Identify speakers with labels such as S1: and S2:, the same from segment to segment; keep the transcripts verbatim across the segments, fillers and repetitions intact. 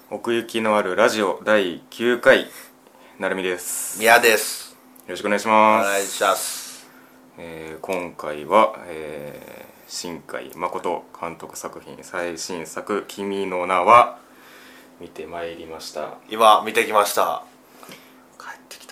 S1: 奥行きのあるラジオだいきゅうかい、なるみです。
S2: 宮です。
S1: よろしくお願いし
S2: お
S1: ます。
S2: 願いします。
S1: えー、今回は、えー、新海誠監督作品最新作「君の名は」見てまいりました。
S2: 今見てきました。
S1: 帰ってきた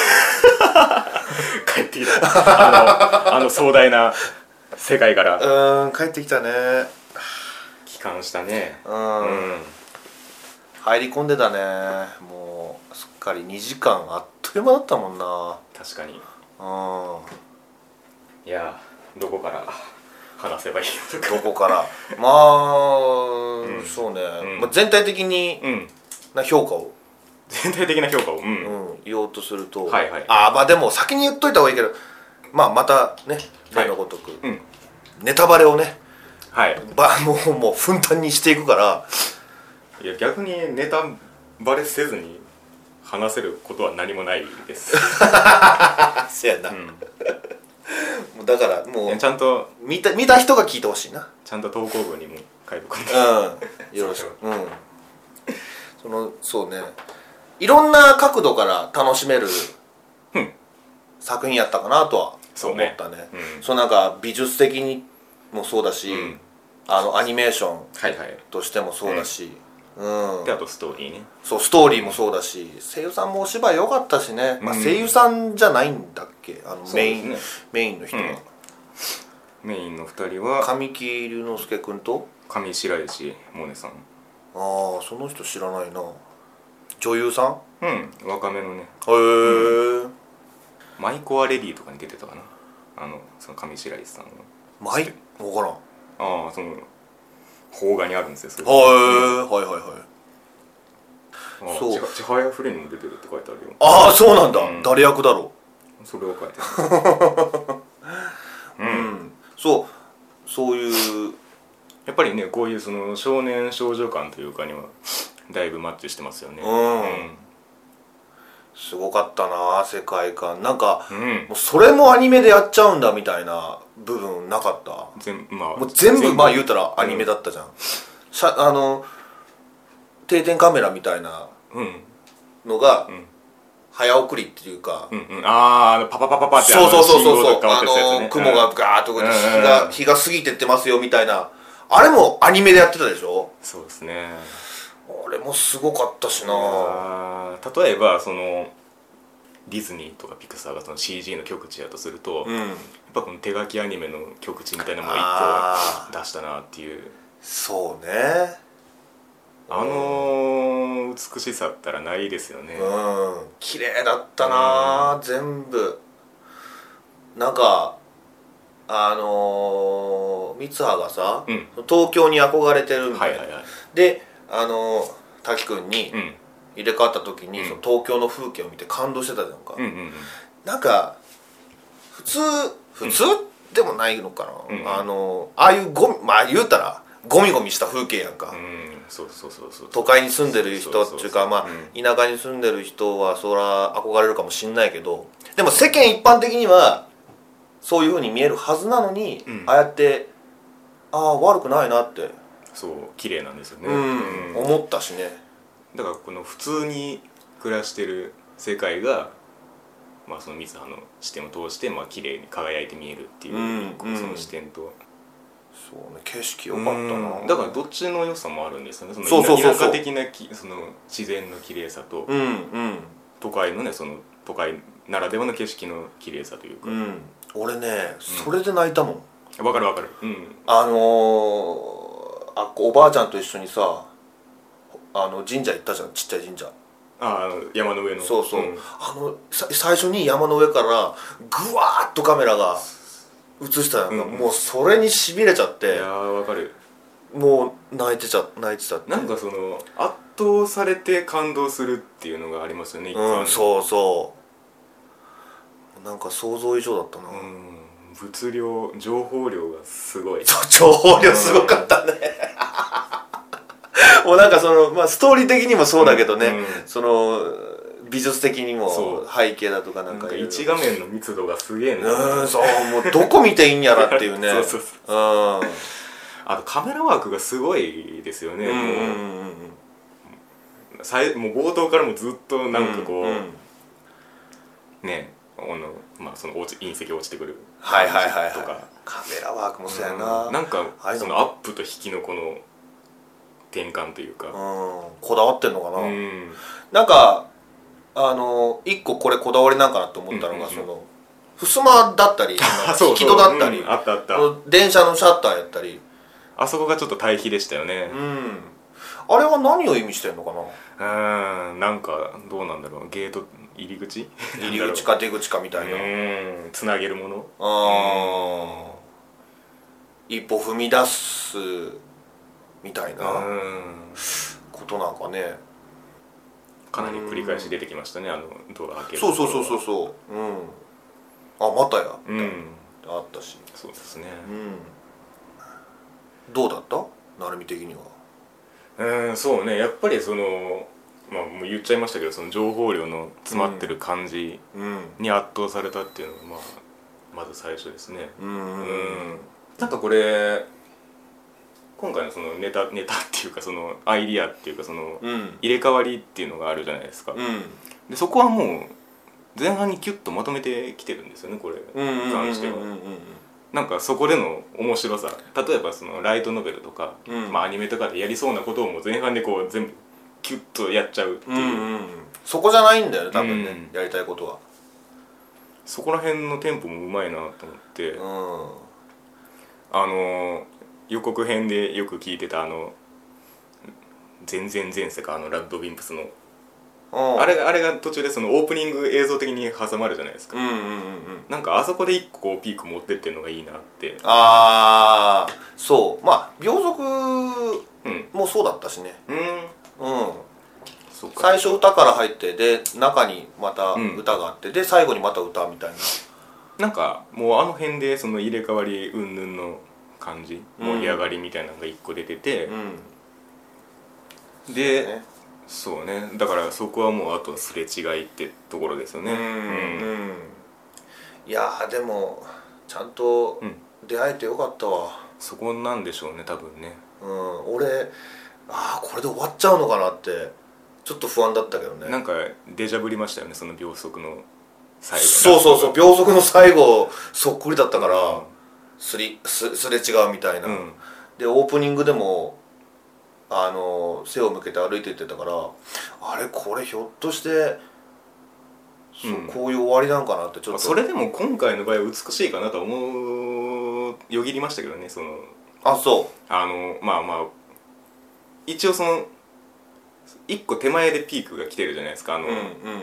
S1: 帰ってきたあの、あの壮大な世界から
S2: うーん帰ってきたね。
S1: 帰還したね。
S2: うん、うん、入り込んでたね。もうすっかりにじかんあっという間だったもんな。
S1: 確かに。
S2: うん
S1: いやどこから話せばいいのか。
S2: どこからまあ、うん、そうね、
S1: うん
S2: まあ、全体的にな評価を、
S1: 全体的な評価を、うん
S2: うん、言おうとすると、
S1: はいはい、
S2: ああまあでも先に言っといた方がいいけど、まあまたね例のごとく、はい、うん、ネタバレをね、
S1: はい、
S2: ばもうもうふんだんにしていくから。い
S1: や逆にネタバレせずに話せることは何もないです
S2: せやな、うん、もうだからもう
S1: ちゃんと
S2: 見た見た人が聞いてほしいな。
S1: ちゃんと投稿文にも書いておくんで、
S2: うんよろしくうんそのそうね、いろんな角度から楽しめる作品やったかなとは思ったね。そうね、うん、そうなんか美術的にもそうだし、うん、あのアニメーションとしてもそうだし、はいはい、うん、
S1: であとストーリーね。
S2: そうストーリーもそうだし、声優さんもお芝居良かったしね、まあ、声優さんじゃないんだっけ、あのメイン、ね、メインの人が、うん、
S1: メインのふたりは
S2: 神木隆之介君と
S1: 上白石萌音さん。あ
S2: あその人知らないな。女優さん、
S1: うん若めのね。へ
S2: え、うん、
S1: マイコアレディとかに出てたかな、あのその上白石さんが。
S2: マイ分からん。
S1: ああその邦画にあるんですよ。それ
S2: へえ、はいはいはい。
S1: そう、ちはやふれにも出てるって書いてあるよ。
S2: ああそうなんだ、うん、誰役だろ
S1: う。それは書いてある
S2: うん、うん、そうそういう
S1: やっぱりね、こういうその少年少女感というかにはだいぶマッチしてますよね。
S2: うん、うん、すごかったな世界観。なんか、うん、もうそれもアニメでやっちゃうんだみたいな部分なかった。
S1: 全,、まあ、
S2: もう全部まあ言うたらアニメだったじゃん、うん、しゃあの定点カメラみたいなのが、うん、早送りっていうか、
S1: うんうん、ああパパパパパって
S2: そうそうそうそう、あの雲がガーッと日が日が過ぎてってますよみたいな、あれもアニメでやってたでしょ。
S1: そうですね。
S2: あれもすごかったしな。
S1: 例えばそのディズニーとかピクサーがその シージー の極致やとすると、うん、やっぱこの手書きアニメの極致みたいなものをいっこ出したなっていう。
S2: そうね、
S1: あの美しさったらないですよね。
S2: うん綺麗だったな、うん、全部。なんかあのー、三葉がさ、うん、東京に憧れてるみたいな、はいはいはい、であのー、滝くんに入れ替わった時に、うん、その東京の風景を見て感動してたじゃんか、うんうんうん、なんか普通普通、うん、でもないのかな、うんうん、あのー、ああいうゴミまあ言うたらゴミゴミした風景やんか、うん、
S1: そうそうそうそう、
S2: 都会に住んでる人っていうか、まあ、うん、田舎に住んでる人はそら憧れるかもしんないけど、でも世間一般的にはそういう風に見えるはずなのに、うん、ああやってああ悪くないなって
S1: そう綺麗なんですよね、
S2: うんうん、思ったしね。
S1: だからこの普通に暮らしてる世界が、まあ、その三葉の視点を通して、まあ綺麗に輝いて見えるっていう、うん、その視点と、うん、
S2: そうね景色良かったな。
S1: だからどっちの良さもあるんですよね。その田舎的なきその自然の綺麗さと、うんうん、都会のねその都会ならではの景色の綺麗さというか、うん、
S2: 俺ねそれで泣いたもん。
S1: わ、うん、かるわかる、うん、
S2: あのー、あおばあちゃんと一緒にさあの神社行ったじゃん、ちっちゃい神社。
S1: ああ山の上の
S2: そうそう、うん、あのさ最初に山の上からグワーッとカメラが映したのが、うん、もうそれにしびれちゃって。
S1: いやーわかる。
S2: もう泣いてちゃ泣いてちゃって、
S1: なんかその圧倒されて感動するっていうのがありますよね。
S2: うんそうそうなんか想像以上だったな、うん、
S1: 物量情報量がすごい。
S2: そう情報量すごかったね、うん、もうなんかその、まあ、ストーリー的にもそうだけどね、うん、その美術的にも背景だとかなんか
S1: 一画面の密度がすげえな。
S2: うんそうもうどこ見ていいんやらっていうね
S1: そうそうそう、うん、あとカメラワークがすごいですよね。うんうんうんさいもう冒頭からもずっとなんかこう、うんうん、ねあのまあその落ち隕石落ちてくる
S2: はいはいはいはいとかカメラワークもそうやな、
S1: うん、なんかそのアップと引きのこの転換というか、うん、
S2: こだわってんのかな、うん、なんかあの一個これこだわりなんかなと思ったのが、うんうんうん、その襖だったり引き戸だったり、
S1: うん、あったあった
S2: 電車のシャッターやったり
S1: あそこがちょっと対比でしたよね、
S2: うん、あれは何を意味してんのか
S1: な。うんなんかどうなんだろうゲート入り口
S2: 入り口か出口かみたいな
S1: うんつなげるもの
S2: あ一歩踏み出すみたいなことなんかね
S1: かなり繰り返し出てきましたねあのドア開ける
S2: そうそうそうそうそううんあまたや、うん、あったし
S1: そうですね、
S2: うん、どうだった成海的には
S1: うんそうねやっぱりそのまあもう言っちゃいましたけどその情報量の詰まってる感じに圧倒されたっていうのが、まあ、まず最初ですねうんうんなんかこれ今回のそのネタネタっていうかそのアイディアっていうかその入れ替わりっていうのがあるじゃないですか、うん、でそこはもう前半にキュッとまとめてきてるんですよねこれに関してはなんかそこでの面白さ例えばそのライトノベルとか、うんまあ、アニメとかでやりそうなことをもう前半でこう全部キュッとやっちゃうっていう、うんうん、
S2: そこじゃないんだよね多分ね、うん、やりたいことは
S1: そこら辺のテンポもうまいなと思って、うん、あの予告編でよく聞いてたあの全然前世かあのラッドウィンプスのあれがあれが途中でそのオープニング映像的に挟まるじゃないですか、うんうんうんうん、なんかあそこで一個こうピーク持ってってるのがいいなって
S2: ああそうまあ秒速もそうだったしねうん、うん、そうか最初歌から入ってで中にまた歌があって、うん、で最後にまた歌みたいな
S1: なんかもうあの辺でその入れ替わり云々の感じ、うん、盛り上がりみたいなのが一個出てて、うん、でそうねそうねだからそこはもうあとすれ違いってところですよねうん、うん、
S2: いやーでもちゃんと出会えてよかったわ、うん、
S1: そこなんでしょうね多分ね
S2: うん俺ああこれで終わっちゃうのかなってちょっと不安だったけどね
S1: なんかデジャブりましたよねその秒速の最後
S2: そうそうそう秒速の最後そっくりだったから、うん、すり す, すれ違うみたいな、うん、でオープニングでもあの背を向けて歩いていってたからあれこれひょっとして、うん、こういう終わりなんかなってちょっと、まあ、
S1: それでも今回の場合は美しいかなと思うよぎりましたけどねその
S2: あそう
S1: あのまあまあ一応その一個手前でピークが来てるじゃないですかあの、うんうん、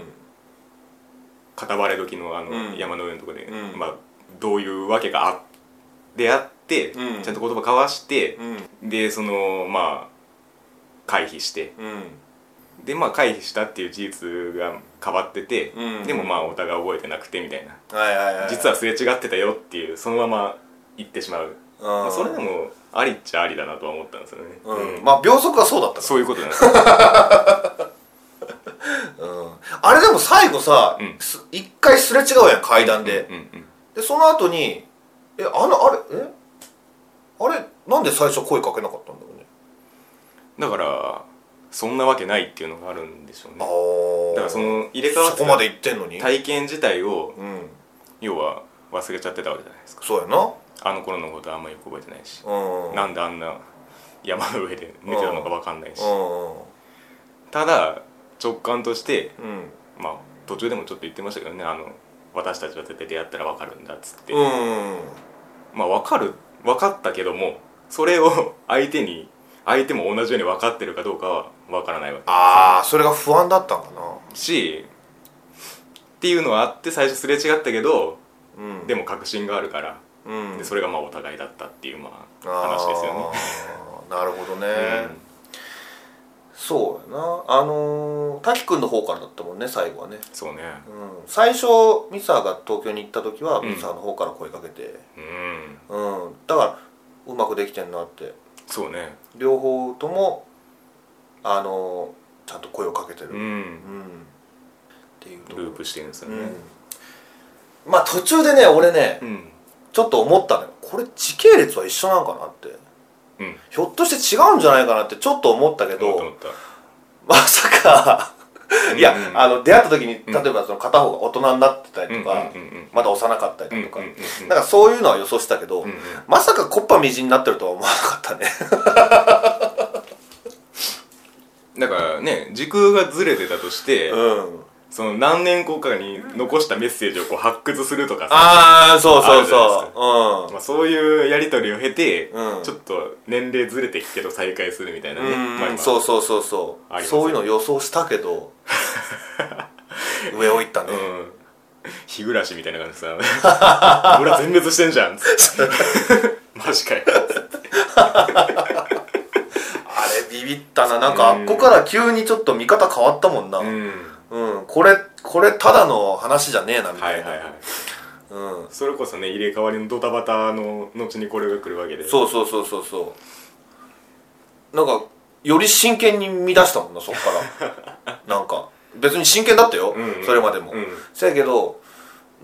S1: 片割れ時のあの、うん、山の上のところで、うん、まあどういうわけがあであって、うん、ちゃんと言葉交わして、うん、でそのまあ回避して、うん、でまあ回避したっていう事実が変わってて、うん、でもまあお互い覚えてなくてみたいな、はいはいはい、実はすれ違ってたよっていうそのまま言ってしまう、まあ、それでもありっちゃありだなとは思ったんですよね、
S2: うんうん、まあ秒速はそうだったから
S1: そういうことなんですよ、
S2: うん、あれでも最後さ、うん、一回すれ違うやん階段で、うんうんうん、でその後にえあのあれえあれなんで最初声かけなかったんだろうね
S1: だからそんなわけないっていうのがあるんでしょうねだからその入れ替わって
S2: そこまで言ってんのに
S1: 体験自体を、うん、要は忘れちゃってたわけじゃないですか
S2: そうやな
S1: あの頃のことはあんまりよく覚えてないし、うん、なんであんな山の上で寝てたのか分かんないし、うん、ただ直感として、うん、まあ途中でもちょっと言ってましたけどねあの私たちは絶対出会ったら分かるんだっつって、うん、まあ分かる分かったけどもそれを相手に相手も同じように分かってるかどうかは分からないわけです、ね、
S2: ああそれが不安だったんかな
S1: しっていうのはあって最初すれ違ったけど、うん、でも確信があるから、うん、でそれがまあお互いだったっていうまあ話ですよね
S2: なるほどね、うん、そうやなあのー、滝くんの方からだったもんね最後はね
S1: そうね、
S2: うん、最初ミサが東京に行った時はミサの方から声かけてうん、うん、だからうまくできてんなって
S1: そうね
S2: 両方ともあのちゃんと声をかけてる、うんうん、
S1: っていうループしてるんですよね、
S2: うん、まあ途中でね俺ね、うん、ちょっと思ったのよこれ時系列は一緒なんかなって、うん、ひょっとして違うんじゃないかなってちょっと思ったけどまさかいや、うんうん、あの出会った時に例えばその片方が大人になってたりとか、うんうんうん、まだ幼かったりだとか、うんうんうん、なんかそういうのは予想したけど、うんうん、まさかコッパみじんになってるとは思わなかったね
S1: だからね、時空がずれてたとして、うん、その何年後かに残したメッセージをこう発掘するとかさ、
S2: ああそうそうそう、
S1: うん、まあ、そういうやり取りを経て、うん、ちょっと年齢ずれていくけど再会するみたいなね、
S2: うんまあ、そうそうそうそう、ね、そういうの予想したけど上を行ったね、うん、
S1: 日暮らしみたいな感じでさ俺は全滅してんじゃんつってマジかよ
S2: あれビビったな。なんかあっこから急にちょっと見方変わったもんな、うん、うん、これこれただの話じゃねえなみたいな、はいはいはい、
S1: うん、それこそね入れ替わりのドタバタの後にこれが来るわけで、
S2: そうそうそうそうそうなんかより真剣に見出したもんなそっからなんか別に真剣だったよ、うんうん、それまでも、うん、せやけど、うん、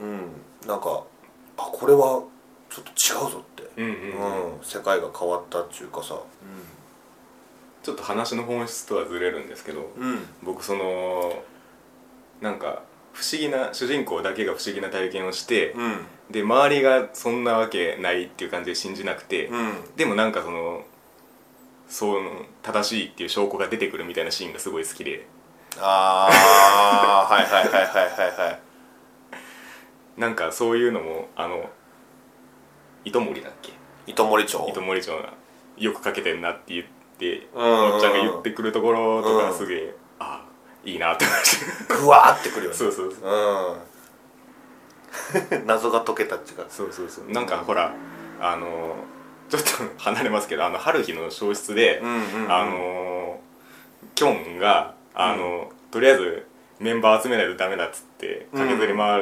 S2: なんかあこれはちょっと違うぞって、うんうんうんうん、世界が変わったっていうかさ、うん、
S1: ちょっと話の本質とはずれるんですけど、うん、僕そのなんか不思議な主人公だけが不思議な体験をして、うん、で周りがそんなわけないっていう感じで信じなくて、うん、でもなんかそのそう正しいっていう証拠が出てくるみたいなシーンがすごい好きで、
S2: ああはいはいはいはいはいはい
S1: なんかそういうのもあの糸森だっけ、
S2: 糸森町
S1: 糸森町がよくかけてんなって言って、うん、おっちゃんが言ってくるところとかすげえ、うん、あいいなって思いました
S2: グワーってくるよね
S1: そうそうそう、
S2: うん、謎が解けたっていうか、
S1: そうそうそう、なんかほらあのちょっと離れますけどあの春日の消失で、うんうんうん、あのキョンがあの、うん、とりあえずメンバー集めないとダメだっつって駆けずり回って、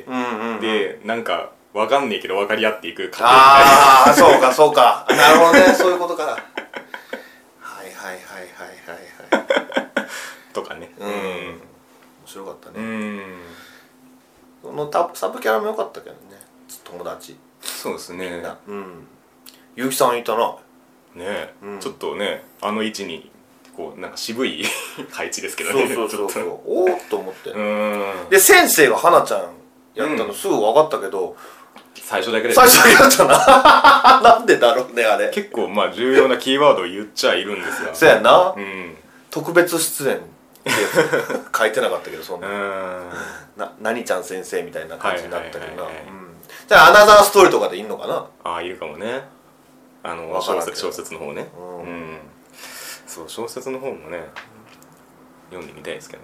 S1: うんうんうん、でなんか分かんねえけど分かり合っていく過程みたいな、
S2: ああそうかそうかなるほどねそういうことかはいはいはいはいはいはい
S1: とかね、うん、面
S2: 白かったね、うん、そのタサブキャラも良かったけどね友達
S1: そうですねみんな、
S2: うん、結城さんいたな
S1: ね、うん、ちょっとねあの位置にこうなんか渋い配置ですけどね
S2: そうそうそうそうおおっと思ってうんで先生が花ちゃんやったのすぐ分かったけど、うん、
S1: 最初だけで
S2: 最初だけだったななんでだろうねあれ
S1: 結構まあ重要なキーワードを言っちゃいるんですよ
S2: そうやんな、うん、特別出演って書いてなかったけどそんなな何ちゃん先生みたいな感じになったけどなじゃあアナザーストーリーとかでいいのかな
S1: ああいるかもねあの小説、小説の方ね、うん、うん、そう小説の方もね読んでみたいですけどね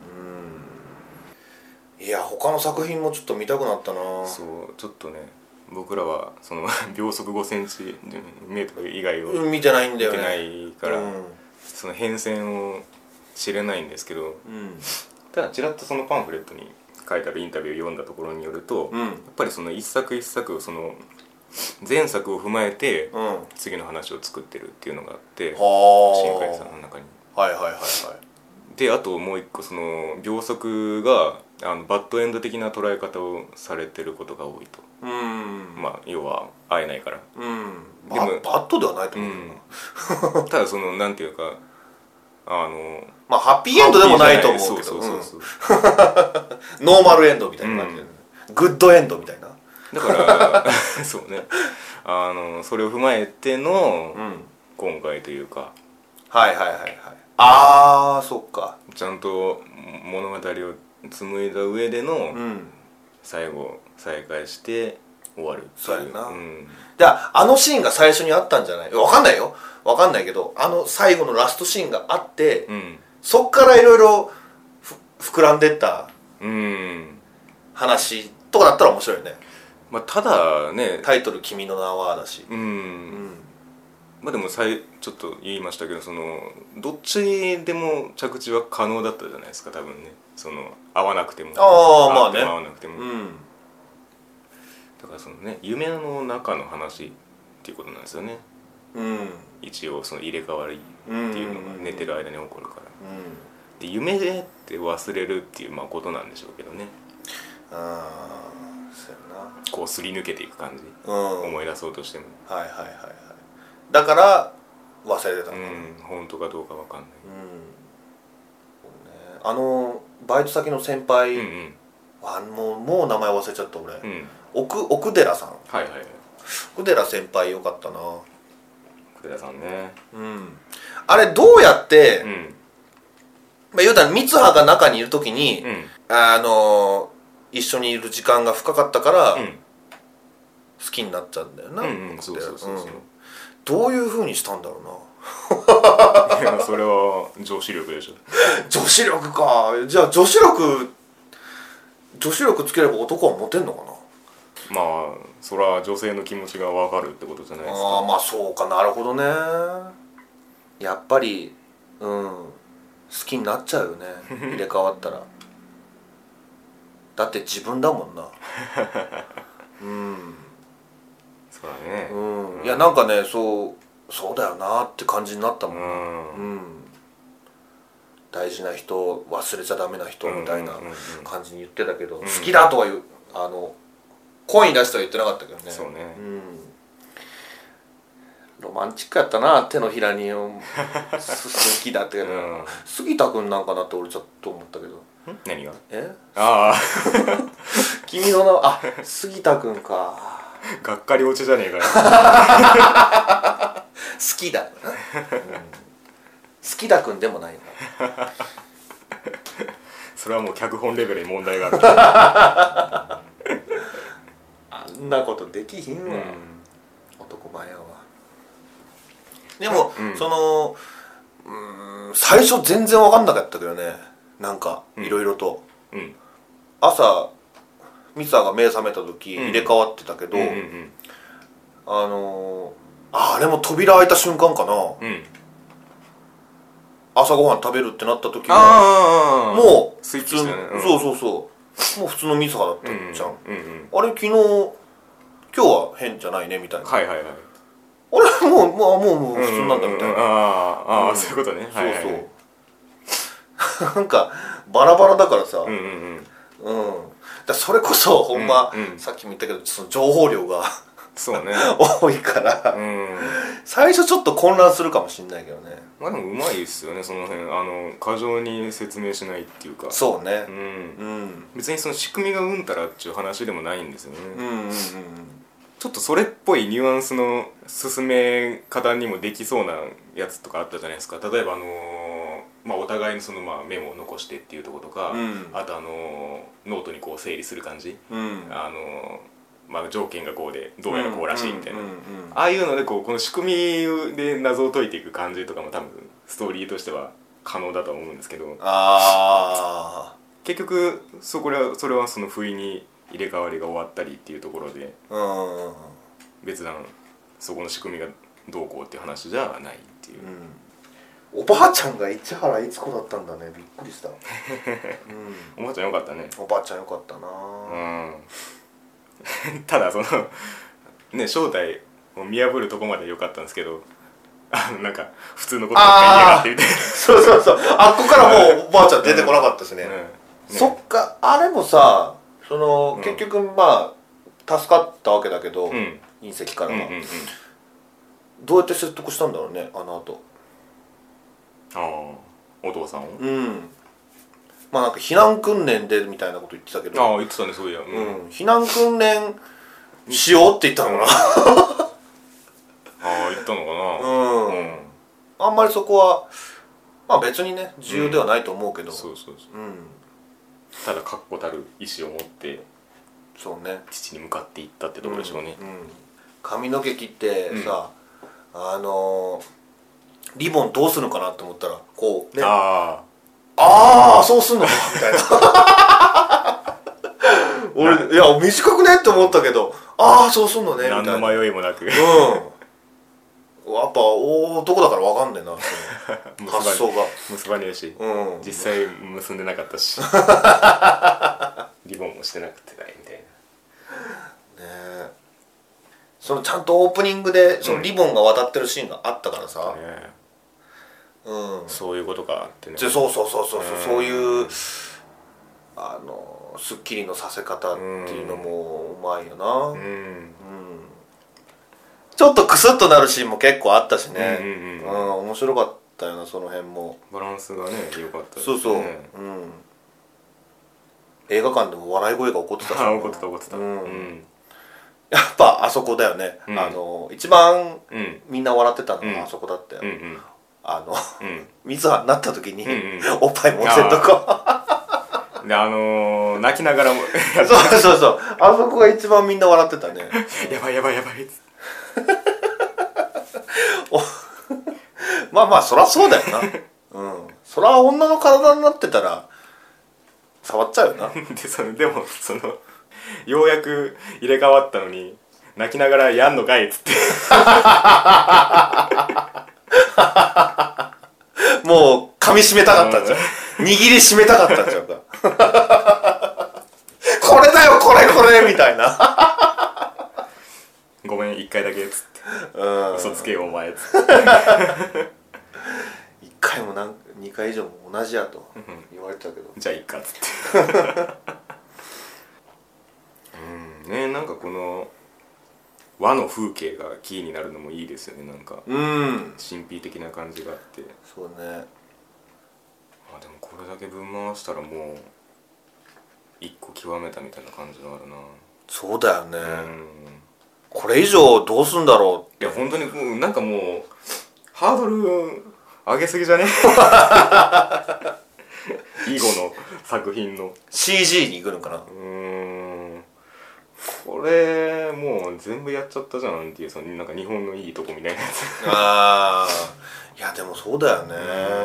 S2: うんいや他の作品もちょっと見たくなったな
S1: そうちょっとね僕らはその秒速ごセンチメートル以外を
S2: 見てないんだよね
S1: 見てないから、うん、その変遷を知れないんですけど、うん、ただちらっとそのパンフレットに書いてあるインタビューを読んだところによると、うん、やっぱりその一作一作その前作を踏まえて次の話を作ってるっていうのがあって、うん、新海さんの中に
S2: はいはいはいはい
S1: であともう一個その秒速があのバッドエンド的な捉え方をされてることが多いとうんまあ要は会えないからうん
S2: でもバッドではないと思うけど、
S1: うん、ただそのなんていうかあの
S2: まあハッピーエンドでもないと思うけどそうそうそうそう、うん、ノーマルエンドみたいな感じで、ねうん、グッドエンドみたいな
S1: だからそうねあのそれを踏まえての、うん、今回というか
S2: はいはいはいはいああそっか
S1: ちゃんと物語を紡いだ上での、うん、最後再会して終わる
S2: そうやな、うん、じゃああのシーンが最初にあったんじゃない分かんないよ分かんないけどあの最後のラストシーンがあって、うん、そっからいろいろ膨らんでった話とかだったら面白いよね、
S1: まあ、ただね
S2: タイトル「君の名は」だしうん、
S1: うんまあでもさいちょっと言いましたけどそのどっちでも着地は可能だったじゃないですか多分ねその合わなくても
S2: ああまあね
S1: 合わなくても、うん、だからそのね夢の中の話っていうことなんですよね、うん、一応その入れ替わりっていうのが寝てる間に起こるから、うん、で夢って忘れるっていうまあことなんでしょうけどねああそうやなこうすり抜けていく感じ、うん、思い出そうとしても
S2: はいはいはいはいだから忘れてたの、
S1: うん、本当かどうかわかんない、
S2: うん、 あのバイト先の先輩、
S1: うんうん、
S2: あもうもう名前忘れちゃった俺、
S1: うん、
S2: 奥奥寺さん、
S1: はいはいはい、
S2: 奥寺先輩よかったな。
S1: 奥寺さんね、
S2: うん、あれどうやって、うん、まあ、言うたら三葉が中にいる時に、うん、あの一緒にいる時間が深かったから、うん、好きになっちゃうんだよな。どういう風にしたんだろうな。
S1: いやそれは女子力でしょ。
S2: 女子力か。じゃあ女子力女子力つければ男はモテんのかな。
S1: まあそれは女性の気持ちが分かるってことじゃないですか。
S2: ああまあそうか、なるほどね。やっぱりうん好きになっちゃうよね入れ替わったら。だって自分だもんな。うん
S1: そうだね、
S2: うん、いやなんかねそうそうだよなって感じになったもんな、うんうん、大事な人忘れちゃダメな人みたいな感じに言ってたけど、うんうんうん、好きだとは言うあの声に出しては言ってなかったけどね。
S1: そうね、うん
S2: ロマンチックやったな。手のひらに好きだってけど、うん、杉田君なんかなって俺ちょっと思ったけど。
S1: 何が？
S2: え？
S1: ああ
S2: 君の名あ杉田君か。
S1: がっかり落ちじゃねえかよ。
S2: 好きだ、うん、好きだ君でもないな。
S1: それはもう脚本レベルに問題がある。
S2: あんなことできひんわ、うん、男前やわ。でも、うん、そのうん最初全然分かんなかったけどね。なんかいろいろと、うん、朝ミサが目覚めた時、うん、入れ替わってたけど、うんうんうん、あのー、あ, あれも扉開いた瞬間かな、うん、朝ごはん食べるってなった時はもう
S1: スイッチしたね、
S2: うん、そうそうそうもう普通のミサだったじゃん、うんうんうんうん、あれ昨日今日は変じゃないねみたいな、
S1: はいはいはい、
S2: あれもうもうもうもう普通なんだみたいな、うんうんうん、
S1: ああ、うん、そういうことね、
S2: そうそう、はいはいはい、なんかバラバラだからさ、うんうんうん、うん、だそれこそほんま、うんうん、さっきも言ったけどその情報量が
S1: そうね
S2: 多いから、うん、最初ちょっと混乱するかもしれないけどね。
S1: まあでもうまいですよねその辺、あの過剰に説明しないっていうか。
S2: そうね、
S1: うんうん、別にその仕組みがうんたらっていう話でもないんですよね、うんうんうん、ちょっとそれっぽいニュアンスの進め方にもできそうなやつとかあったじゃないですか。例えばあのまあ、お互いにそのまあメモを残してっていうところとか、うん、あとあのノートにこう整理する感じ、うん、あのまあ、条件がこうでどうやらこうらしいみたいな、うんうんうんうん、ああいうのでこうこの仕組みで謎を解いていく感じとかも多分ストーリーとしては可能だと思うんですけど、あ結局そこはそれはその不意に入れ替わりが終わったりっていうところで、うん、別段そこの仕組みがどうこうっていう話じゃないっていう、
S2: うん、おばあちゃんが市原悦子だったんだね。びっくりした、うん、
S1: おばあちゃんよかったね。
S2: おばあちゃんよかったな、
S1: うんただそのね正体を見破るとこまで良かったんですけど、あのなんか普通のことばっかり言いやがってみたいな
S2: そうそうそう、あっこからもうおばあちゃん出てこなかったしね、うんうんね、そっか。あれもさその、うん、結局まあ助かったわけだけど、うん、隕石からは、うんうんうん、どうやって説得したんだろうねあの後。
S1: ああお父さんを、
S2: うんまあなんか避難訓練でみたいなこと言ってたけど、
S1: ああ言ってたねそういや、うん
S2: うん、避難訓練しようって言ったのかなあ
S1: あ言ったのかな、
S2: うんうん、あんまりそこはまあ別にね重要ではないと思うけど、うん、
S1: そうそうそう、うん、ただ確固たる意志を持って
S2: そうね
S1: 父に向かっていったってところでしょうね、うんうん、
S2: 髪の毛切ってさ、うん、あのー、リボンどうするのかなって思ったらこうねああああそうすんのかみたいな俺いや短くねって思ったけど、ああそうすんのねみたいな、
S1: 何の迷いもなく、うん、や
S2: っぱ男だから分かんねえな発想が
S1: 結ばねえし、うん、実際結んでなかったしリボンもしてなくてないみたいなね
S2: え。そのちゃんとオープニングでそのリボンが渡ってるシーンがあったからさ、うんね
S1: うん、そういうことかってね。
S2: そうそうそうそうそう、うん、そういうあのスッキリのさせ方っていうのもうまいよな、うんうん、ちょっとクスッとなるシーンも結構あったしね、うんうんうんうん、面白かったよな、その辺も
S1: バランスがね良かったですね。
S2: そうそう、うん、映画館でも笑い声が起こってたし
S1: あ、起こってた起こってた、うん、うん、
S2: やっぱあそこだよね、うん、あの一番みんな笑ってたのはあそこだったよ、うんうん、あの、うん、水葉になった時に、うんうん、おっぱい持ってんとこ
S1: で、あのー、泣きながらも
S2: そうそうそう、あそこが一番みんな笑ってたね
S1: やばいやばいやばいっつ
S2: まあまあそらそうだよな、うん、そら女の体になってたら触っちゃうよな
S1: で, そのでもそのようやく入れ替わったのに泣きながらやんのかいっつって
S2: もう噛み締めたかったんじゃん握り締めたかったんちゃうかこれだよこれこれみたいな
S1: ごめん一回だけっつって嘘つけよお前っつって
S2: 一回もなん二回以上も同じやと言われてたけど
S1: じゃあいっかっつってうんね、なんかこの和の風景がキーになるのもいいですよね。なんかうん神秘的な感じがあって、
S2: そうね。
S1: あ、でもこれだけ分回したらもう一個極めたみたいな感じがあるな。
S2: そうだよね、うん、これ以上どうすんだろ
S1: う。いや本当にもうなんかもうハードル上げすぎじゃね囲碁の作品の
S2: シージー に行くのかな。う
S1: ーん、これもう全部やっちゃったじゃんっていう、そのなんか日本のいいとこみたいなやつ
S2: ああ、いやでもそうだよね。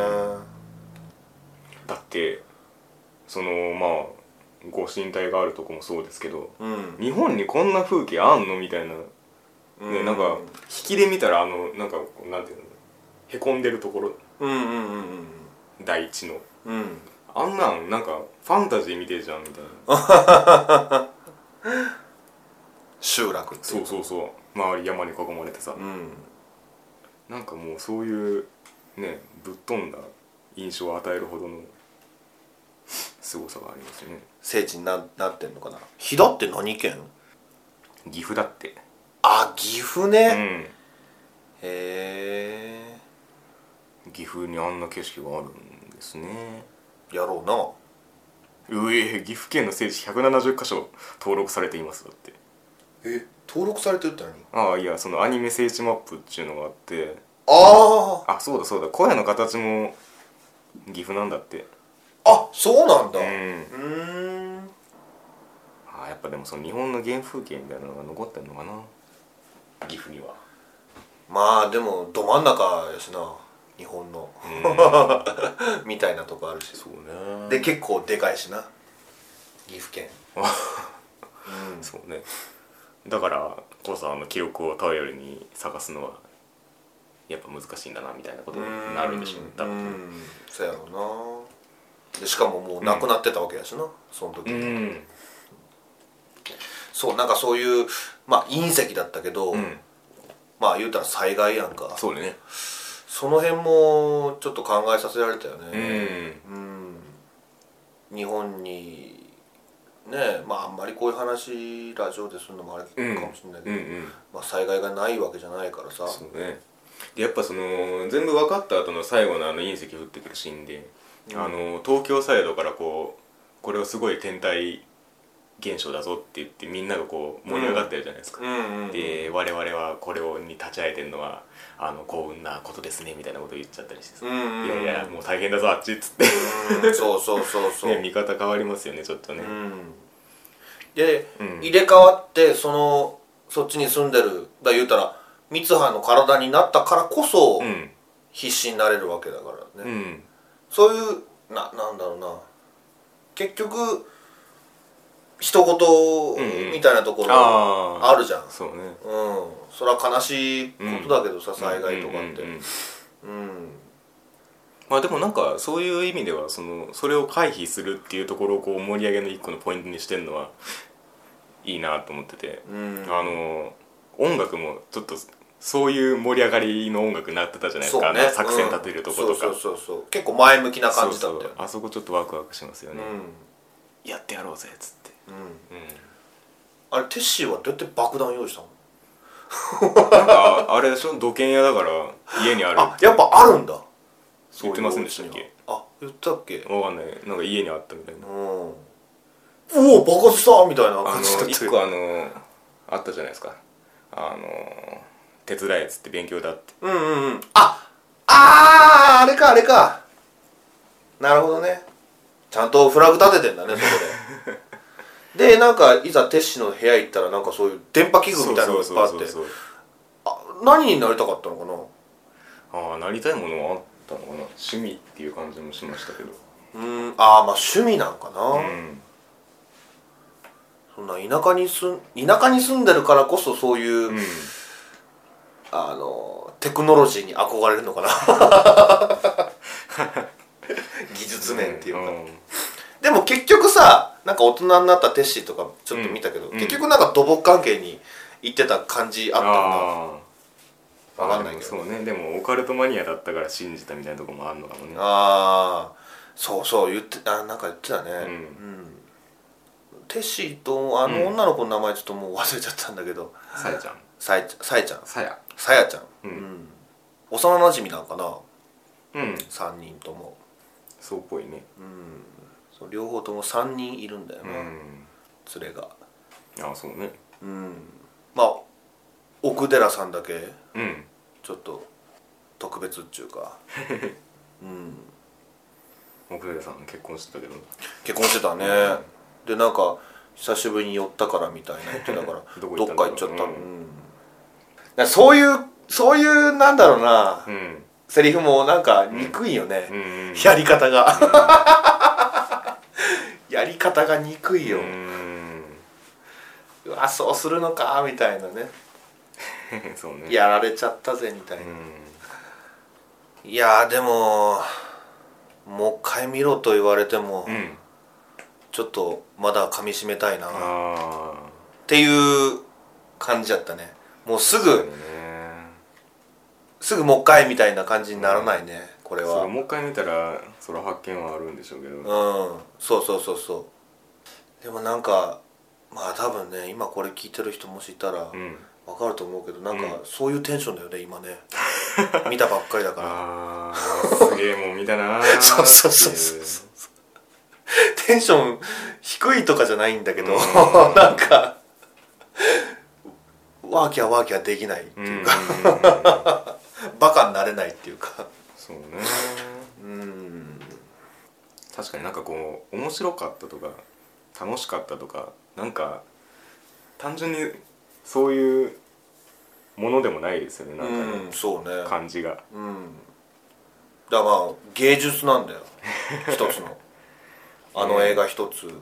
S1: だってそのまあご神体があるとこもそうですけど、うん、日本にこんな風景あんのみたいな、うん、ね、なんか引きで見たらあのなんかなんていうの、へこんでるところ、うんうんうんうん、大地の、うん、あんなんなんかファンタジー見てるじゃんみたいな
S2: 集落って
S1: そうそうそう、周り山に囲まれてさ、うん、なんかもうそういうねぶっ飛んだ印象を与えるほどの凄さがありますよね。
S2: 聖地に な, なってんのかな。飛騨って何県？
S1: 岐阜だって。
S2: あ、岐阜ね、うん、へえ。
S1: 岐阜にあんな景色があるんですね。
S2: やろうな。
S1: うえ、岐阜県の聖地ひゃくななじゅっかしょ登録されていますだって。
S2: え、登録されてるって何？
S1: ああ、いや、そのアニメ聖地マップっていうのがあって、
S2: ああ、
S1: あ、そうだそうだ、小屋の形も岐阜なんだって。
S2: あ、そうなんだ。うん、う
S1: ーん。あ、やっぱでもその日本の原風景みたいなのが残ってんのかな、岐阜には。
S2: まあでもど真ん中やしな、日本のみたいなとこあるし。
S1: そうね。
S2: で結構でかいしな、岐阜県うん、
S1: そうね。だからこそあの記憶を頼りに探すのはやっぱ難しいんだなみたいなことになるんでしょうね、多分。うん、
S2: そうやろうな。でしかももう亡くなってたわけやしな、うん、その時に、うん、そう、なんかそういうまあ隕石だったけど、うん、まあ言うたら災害やんか。
S1: そうね。
S2: その辺もちょっと考えさせられたよね。うん、うん、日本にね、まああんまりこういう話ラジオでするのもあれかもしれないけど、うんうんうん、まあ、災害がないわけじゃないからさ。
S1: そうね。でやっぱその全部分かった後の最後のあの隕石降ってくるシーンで、うん、あの東京サイドからこうこれはすごい天体現象だぞって言ってみんながこう盛り上がってるじゃないですか、うんうんうん、で我々はこれをに立ち会えてるのはあの幸運なことですねみたいなことを言っちゃったりしてさ、うんうんうん、いやいやもう大変だぞあっちっつって
S2: うんそうそうそうそう、
S1: ね、見方変わりますよねちょっとね、うん、
S2: で、うん、入れ替わってそのそっちに住んでるだ言うたら三葉の体になったからこそ、うん、必死になれるわけだからね、うん、そういうな、なんだろうな、結局人事みたいなところあるじゃん、うんうん、
S1: そうね、
S2: うん、それは悲しいことだけどさ、うん、災害とかって、うん、うん、
S1: まあでもなんかそういう意味ではそのそれを回避するっていうところをこう盛り上げの一個のポイントにしてるのはいいなと思ってて、うん、あの音楽もちょっとそういう盛り上がりの音楽になってたじゃないですか、ね、作戦立てるとことか、うん、そうそうそうそう、結構前向きな感じだったよね。そうそう、あそこちょっとワクワクしますよね、うん、やってやろうぜっつって、うんうん、
S2: あれテッシーはどうやって爆弾用意した
S1: のなんかあれでしょ、土建屋だから家にある。
S2: あ、やっぱあるんだ。
S1: 言ってませんでしたっけ？
S2: あ、言ったっけ？
S1: わかんない。なんか家にあったみたいな。うん。
S2: おお爆発したみたいな感じだった。
S1: 一個あのあったじゃないですか。あの手伝えっつって勉強だって。
S2: うんうんうん。ああーあれかあれか。なるほどね。ちゃんとフラグ立ててんだねそこで。でなんかいざテッシの部屋行ったらなんかそういう電波器具みたいなのがいっぱいあって。あ、何になりたかったのかな。
S1: ああ、なりたいものはあったのかな。趣味っていう感じもしましたけど。
S2: うん、ああまあ趣味なんかな。うん。そんな田舎に住ん田舎に住んでるからこそそういう、うん、あのテクノロジーに憧れるのかな。技術面っていうか、うんうん、でも結局さ、なんか大人になったテッシーとかちょっと見たけど、うん、結局なんか土木関係に行ってた感じあったのかな。分かんないけど、
S1: そうね。でもオカルトマニアだったから信じたみたいなところもあるのかもね。
S2: ああそうそう言って、あ、なんか言ってたね、うんうん、テッシーとあの女の子の名前ちょっともう忘れちゃったんだけど、
S1: さやちゃん
S2: さやさやちゃん
S1: さや
S2: さやちゃん、うんうん、幼なじみなんかな、
S1: うん、
S2: さんにんとも
S1: そうっぽいね、
S2: うん、そう両方ともさんにんいるんだよな、うん、連れが。
S1: ああそうね、
S2: うん、まあ奥寺さんだけ、
S1: うん、
S2: ちょっと特別っちゅうか、うん、
S1: 奥寺さん結婚してたけど
S2: 結婚してたね、うん、でなんか久しぶりに寄ったからみたいな言ってたからど, どっか行っちゃった、うんうん、だそういうそういうなんだろうな、うん、セリフもなんか憎いよね、うんうん、やり方がやり方が憎いよ、うん、うわそうするのかみたいなね
S1: そうね、
S2: やられちゃったぜみたいな、うん、いやでももう一回見ろと言われても、うん、ちょっとまだ噛み締めたいなっていう感じだったね。もうすぐ、ね、すぐもう一回みたいな感じにならないね、うん、これは。
S1: それもう一回見たらそれ発見はあるんでしょうけど、うん
S2: そうそうそうそう。でもなんかまあ多分ね今これ聞いてる人もしいたら、うん分かると思うけどなんかそういうテンションだよね今ね見たばっかりだから
S1: あーすげえもう見たなー
S2: そうそうそうそうテンション低いとかじゃないんだけどなんかワーキャーワーキャーできないっていうかバカになれないっていうか
S1: そうねうん確かになんかこう面白かったとか楽しかったとかなんか単純にそういうものでもないですよねなんかね、うん、そうね感じが、うん、
S2: だからまあ芸術なんだよ一つのあの映画一つ、うん、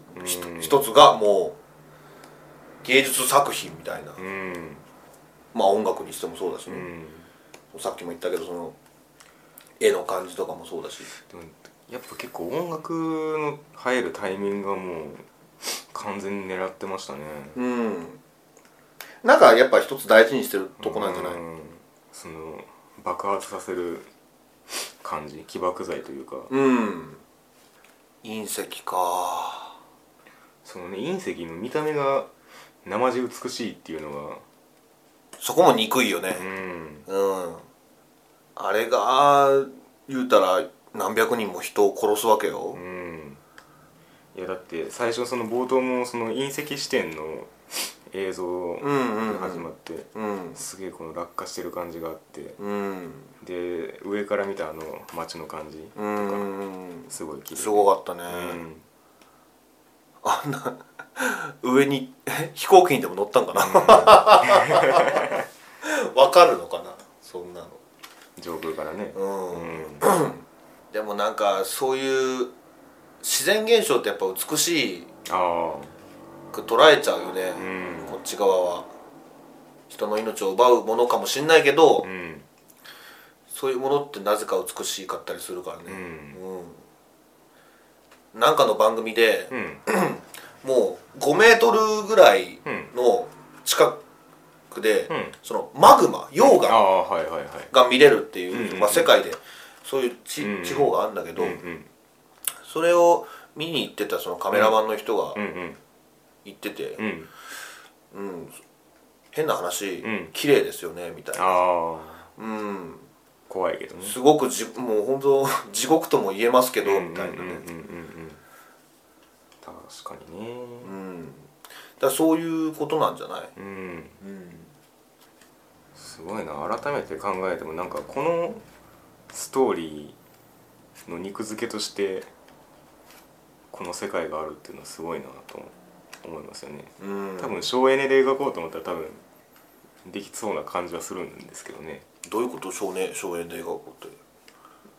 S2: 一つがもう芸術作品みたいな、うん、まあ音楽にしてもそうだしね、うん、さっきも言ったけどその絵の感じとかもそうだし
S1: でもやっぱ結構音楽の入るタイミングがもう完全に狙ってましたね
S2: うんなんかやっぱ一つ大事にしてるとこなんじゃない？
S1: うんその爆発させる感じ起爆剤というか
S2: うん隕石か
S1: そのね隕石の見た目が生地美しいっていうのが
S2: そこも憎いよねうん、うん、あれが言うたら何百人も人を殺すわけようん
S1: いやだって最初その冒頭もその隕石視点の映像が始まって、うんうん、すげえこの落下してる感じがあって、うん、で上から見たあの街の感じとか、うん、すごい綺麗
S2: すごかったね、うん、あんな上に飛行機にでも乗ったんかな、うん、分かるのかなそんなの
S1: 上空からね、うんうん、
S2: でもなんかそういう自然現象ってやっぱ美しいあく捉えちゃうよね、うん、こっち側は人の命を奪うものかもしれないけど、うん、そういうものってなぜか美しかったりするからね、うんうん、なんかの番組で、うん、もうごメートルぐらいの近くで、うん、そのマグマ溶岩が見れるっていう、まあ、世界でそういう地、うん、地方があるんだけど、うんうん、それを見に行ってたそのカメラマンの人が、うんうん言ってて、うんうん、変な話、うん、綺麗ですよねみたいな、あうん、
S1: 怖いけどね。
S2: すごくじもう本当地獄とも言えますけど、みたいなね。
S1: 確かにね。
S2: うん。だからそういうことなんじゃない？
S1: うん。うん、すごいな。改めて考えてもなんかこのストーリーの肉付けとしてこの世界があるっていうのはすごいなと思いますよね。うん、多分省エネで描こうと思ったら多分できそうな感じはするんですけどね。
S2: どういうこと？省エネ、省エネで描こうって。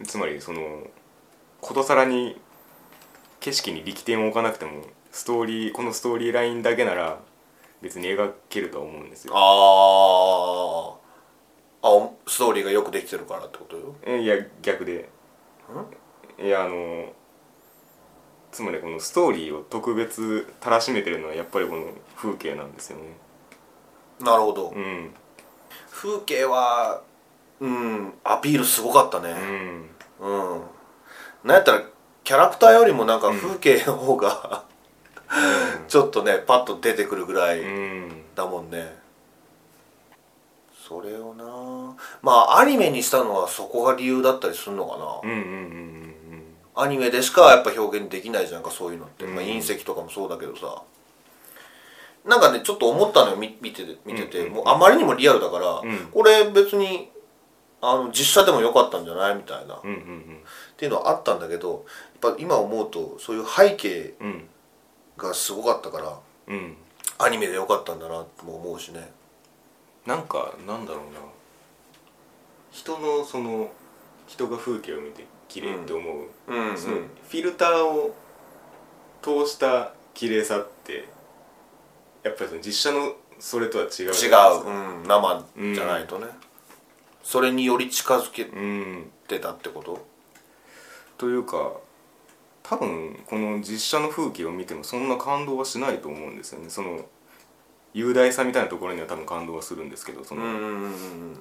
S1: つまりそのことさらに景色に力点を置かなくてもストーリーこのストーリーラインだけなら別に描けるとは思うんですよ。
S2: ああ、ストーリーがよくできてるからってことよ。
S1: いや逆で、んいやあのつまりこのストーリーを特別たらしめてるのはやっぱりこの風景なんですよね。
S2: なるほど、
S1: うん、
S2: 風景はうんアピールすごかったね。うん、うん、なんやったらキャラクターよりもなんか風景の方が、うん、ちょっとねパッと出てくるぐらいだもんね、うん、それをなまあアニメにしたのはそこが理由だったりするのかな。うんうんうんうん、アニメでしかやっぱ表現できないじゃんかそういうのって、うん、まあ、隕石とかもそうだけどさ、なんかねちょっと思ったのよ見てて見てて、うんうんうん、もうあまりにもリアルだから、うん、これ別にあの実写でもよかったんじゃないみたいな、うんうんうん、っていうのはあったんだけど、やっぱ今思うとそういう背景がすごかったから、うん、アニメでよかったんだなとも思うしね。
S1: なんかなんだろうな、人のその人が風景を見て綺麗って思う、うんうん、そのフィルターを通した綺麗さってやっぱりその実写のそれとは違う。違う、
S2: うん、生じゃないとね、うん、それにより近づけてたってこと、うん、
S1: というか多分この実写の風景を見てもそんな感動はしないと思うんですよね。その雄大さみたいなところには多分感動はするんですけど、その、うんうんうん、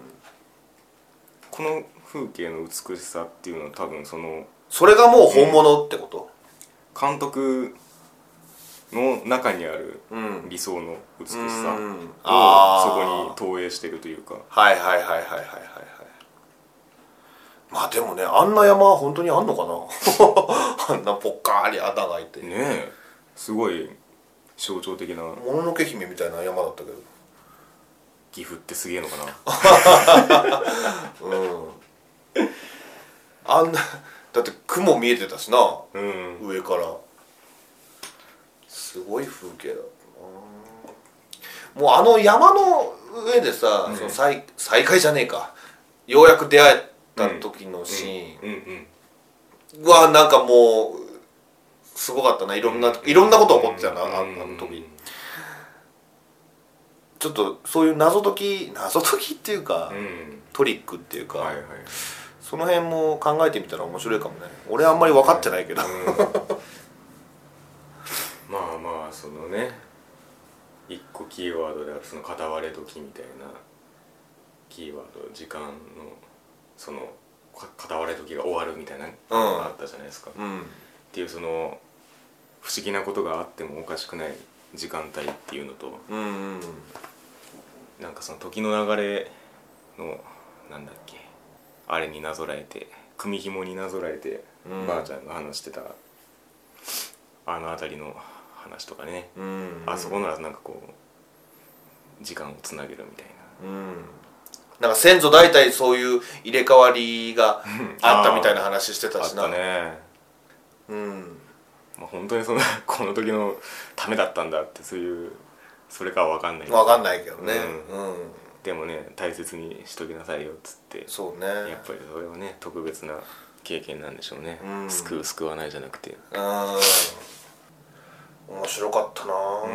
S1: この風景の美しさっていうのは多分その
S2: それがもう本物ってこと、
S1: うん、監督の中にある理想の美しさをそこに投影してるというか、
S2: はいはいはいはいはいはいはい。まあでもねあんな山は本当にあんのかなあんなぽっかり穴が開いて
S1: ねえ、すごい象徴的な
S2: もののけ姫みたいな山だったけど、
S1: 岐阜ってすげえのかな
S2: うんあんなだって雲見えてたしな、うん、上からすごい風景だったな。もうあの山の上でさ、うん、その 再, 再会じゃねえかようやく出会えた時のシーンはなんかもうすごかったな。いろんな、うん、いろんなこと起こってたな、うん、あ, あの時ちょっとそういう謎解き謎解きっていうか、うん、トリックっていうか、はいはい、その辺も考えてみたら面白いかもね。俺あんまり分かってないけど、うん、
S1: まあまあそのね一個キーワードであるその片割れ時みたいなキーワード、時間のその片割れ時が終わるみたいなのがあったじゃないですか、うん、っていうその不思議なことがあってもおかしくない時間帯っていうのと、うんうん、なんかその時の流れのなんだっけあれになぞらえて組紐になぞらえて、うん、ばあちゃんが話してたあの辺りの話とかね、うんうん、あそこならなんかこう時間をつなげるみたいな、うん、
S2: なんか先祖代々そういう入れ替わりがあったみたいな話してたしな。
S1: あったね。うん。まあ本当にそのこの時のためだったんだってそういうそれかは分かんないけど。
S2: 分かんないけどね。
S1: うん。うん、でもね大切にしときなさいよっつって。
S2: そうね。
S1: やっぱりそれはね特別な経験なんでしょうね。うん、救う救わないじゃなくて。うん。
S2: 面白かったな。うん。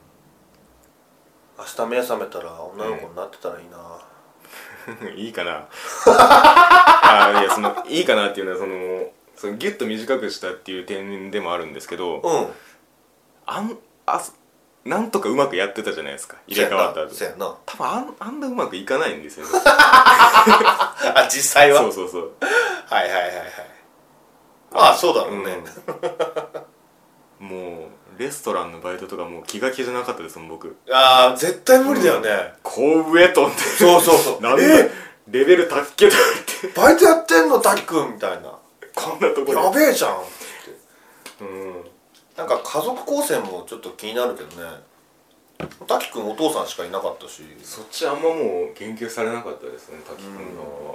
S2: 明日目覚めたら女の子になってたらいいな、
S1: うん、いいかなあいやそのいいかなっていうのはそのそのギュッと短くしたっていう点でもあるんですけど、うん、あんあなんとかうまくやってたじゃないですか入れ替わった後。
S2: そうやな
S1: 多分あん、あんなうまくいかないんですよね
S2: あ実際は
S1: そうそうそう
S2: はいはいはいはいまあそうだろうね、
S1: うん、もうレストランのバイトとかもう気が気じゃなかったですもん僕。
S2: ああ絶対無理だよね、うん、
S1: こう上とって
S2: そうそうそう
S1: なんで、
S2: え
S1: レベル高っけどって
S2: バイトやってんの滝くんみたいな、
S1: こんなとこ
S2: やべえじゃんって。
S1: うん、
S2: なんか家族構成もちょっと気になるけどね。滝くんお父さんしかいなかったし、
S1: そっちあんまもう言及されなかったですね、滝くんの。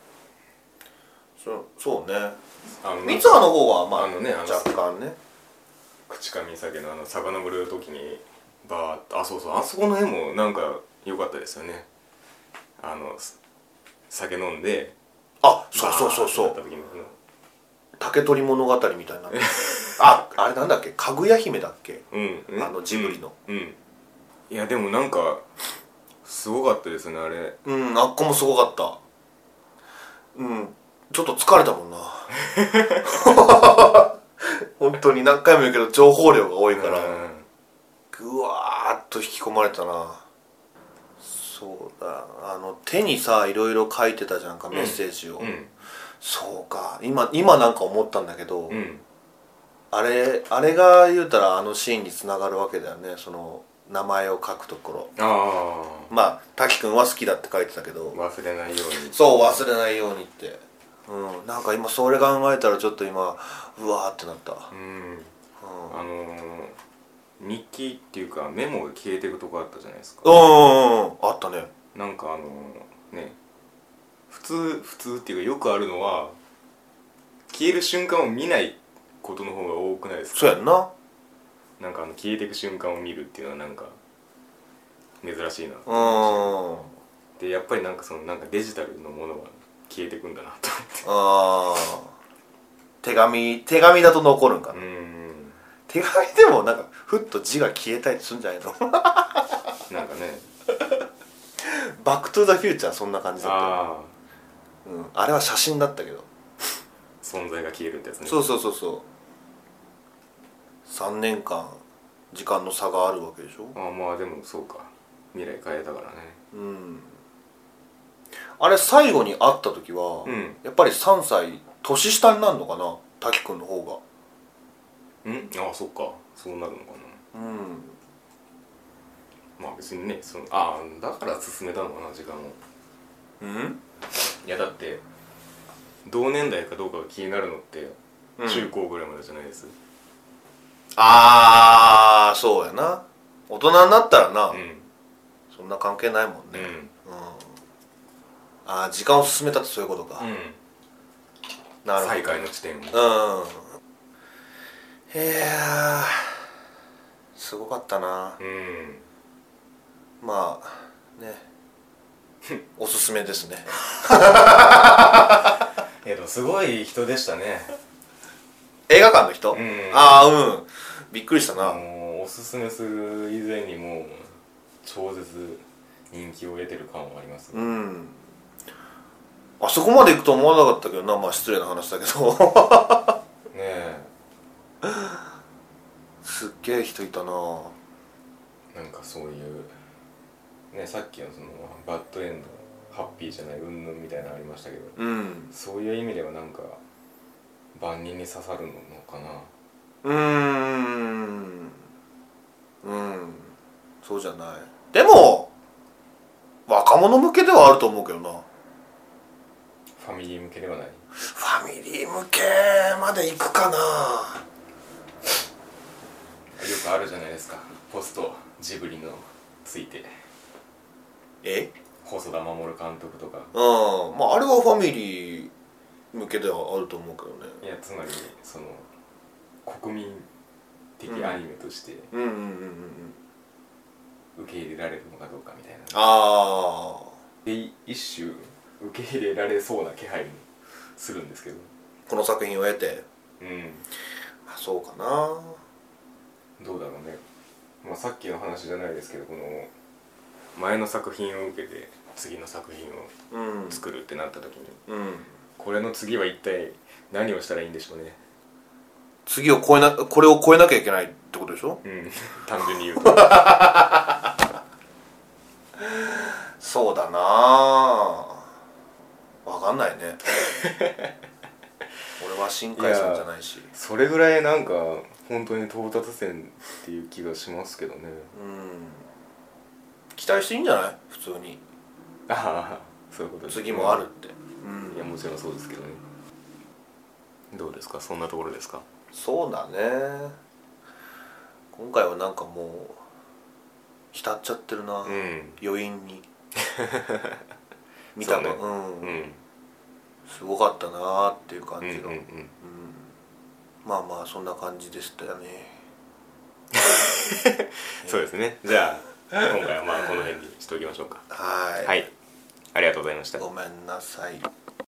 S2: そそうね。
S1: あの
S2: 三葉の方はまあ、
S1: あのね、あの
S2: 若干ね、
S1: 口上酒のあの遡る時にバーッと、あ、そうそう、あそこの絵もなんか良かったですよね。あの酒飲んで、
S2: あ、そうそうそうそう、竹取物語みたいなあ、あれなんだっけ、かぐや姫だっけ、
S1: うん、
S2: あのジブリの、
S1: うん、うん、いやでもなんかすごかったですねあれ。
S2: うん、あっこもすごかった。うん、ちょっと疲れたもんな本当に何回も言うけど情報量が多いから、ぐわーっと引き込まれたな。そうだ、あの手にさいろいろ書いてたじゃんか、メッセージを、うんうん、そうか、今今なんか思ったんだけど、うん、あれあれが言うたらあのシーンにつながるわけだよね、その名前を書くところ。ああ、まあ滝くんは好きだって書いてたけど、
S1: 忘れないように、
S2: そう忘れないようにって、うん、なんか今それ考えたらちょっと今うわーってなった。うん、うん、
S1: あのー、日記っていうかメモが消えていくとこあったじゃないですか。
S2: うんうんうん、あったね。
S1: なんかあのー、ね、普通普通っていうかよくあるのは消える瞬間を見ないことの方が多くないですか。
S2: そうやんな。なん
S1: かあの消えていく瞬間を見るっていうのはなんか珍しいなって思いました。でやっぱりなんかそのなんかデジタルのものは消えていくんだなと思って。
S2: ああ、手紙手紙だと残るんかな。うん、手紙でもなんかふっと字が消えたりするんじゃないのなんかねバックトゥザフューチャーそんな感じだったよ。あ、うん、あれは写真だったけど
S1: 存在が消えるってやつね。
S2: そうそうそうそう、さんねんかん時間の差があるわけでしょ。
S1: ああ、まあでもそうか、未来変えたからね。
S2: うん、あれ最後に会った時は、うん、やっぱりさんさい年下になるのかな、滝くんの方
S1: が。ん、ああ、そっか、そうなるのかな。うん、まあ別にね、その、ああだから進めたのかな時間を。うん、いやだって同年代かどうかが気になるのって中高ぐらいまでじゃないです、うん、
S2: ああそうやな、大人になったらな、うん、そんな関係ないもんね。うん、うん、ああ時間を進めたってそういうことか。うん、
S1: なるほど、再会の地点を。うん、
S2: いやすごかったな。うん、まあねおすすめですね
S1: えでもすごい人でしたね、
S2: 映画館の人。うん、ああ、うん、びっくりしたな。
S1: もうおすすめする以前にもう超絶人気を得てる感はありますね。うん、
S2: あそこまで行くと思わなかったけどな、まあ失礼な話だけどねえすっげえ人いたな。
S1: なんかそういうね、さっきのそのバッドエンドハッピーじゃないうんぬんみたいなのありましたけど、うん、そういう意味ではなんか万人に刺さるのかな。
S2: うーん、うん、そうじゃない。でも若者向けではあると思うけどな。
S1: ファミリー向けではない。
S2: ファミリー向けまで行くかな。よ
S1: くあるじゃないですか、ポストジブリのついて。
S2: え、
S1: 細田守監督とか。
S2: うん、まああれはファミリー向けではあると思うけどね。
S1: いやつまりその国民的アニメとして受け入れられるのかどうかみたいな。ああ。で一種受け入れられそうな気配もするんですけど、
S2: この作品を得て。うん。そうかな。
S1: どうだろうね。まあさっきの話じゃないですけど、この前の作品を受けて次の作品を作るってなった時に、うん、これの次は一体何をしたらいいんでしょうね。
S2: 次を超えな、これを超えなきゃいけないってことでしょ。うん、
S1: 単純に言うと
S2: そうだなあ、分かんないね俺は新海さんじゃないし。
S1: それぐらいなんか本当に到達点っていう気がしますけどね。うん、
S2: 期待していいんじゃない普通に。
S1: ああ、 そういうことです、
S2: 次もあるって、
S1: うん、いやもちろんそうですけどね。どうですか、そんなところですか。
S2: そうだね、今回はなんかもう浸っちゃってるな、うん、余韻に見たの、ね、うん、うん、すごかったなっていう感じの、うんうんうんうん、まあまあそんな感じでしたよね
S1: そうですね。じゃあ今回はまあこの辺にしておきましょうか。
S2: はい、
S1: はい、ありがとうございました。
S2: ごめんなさい。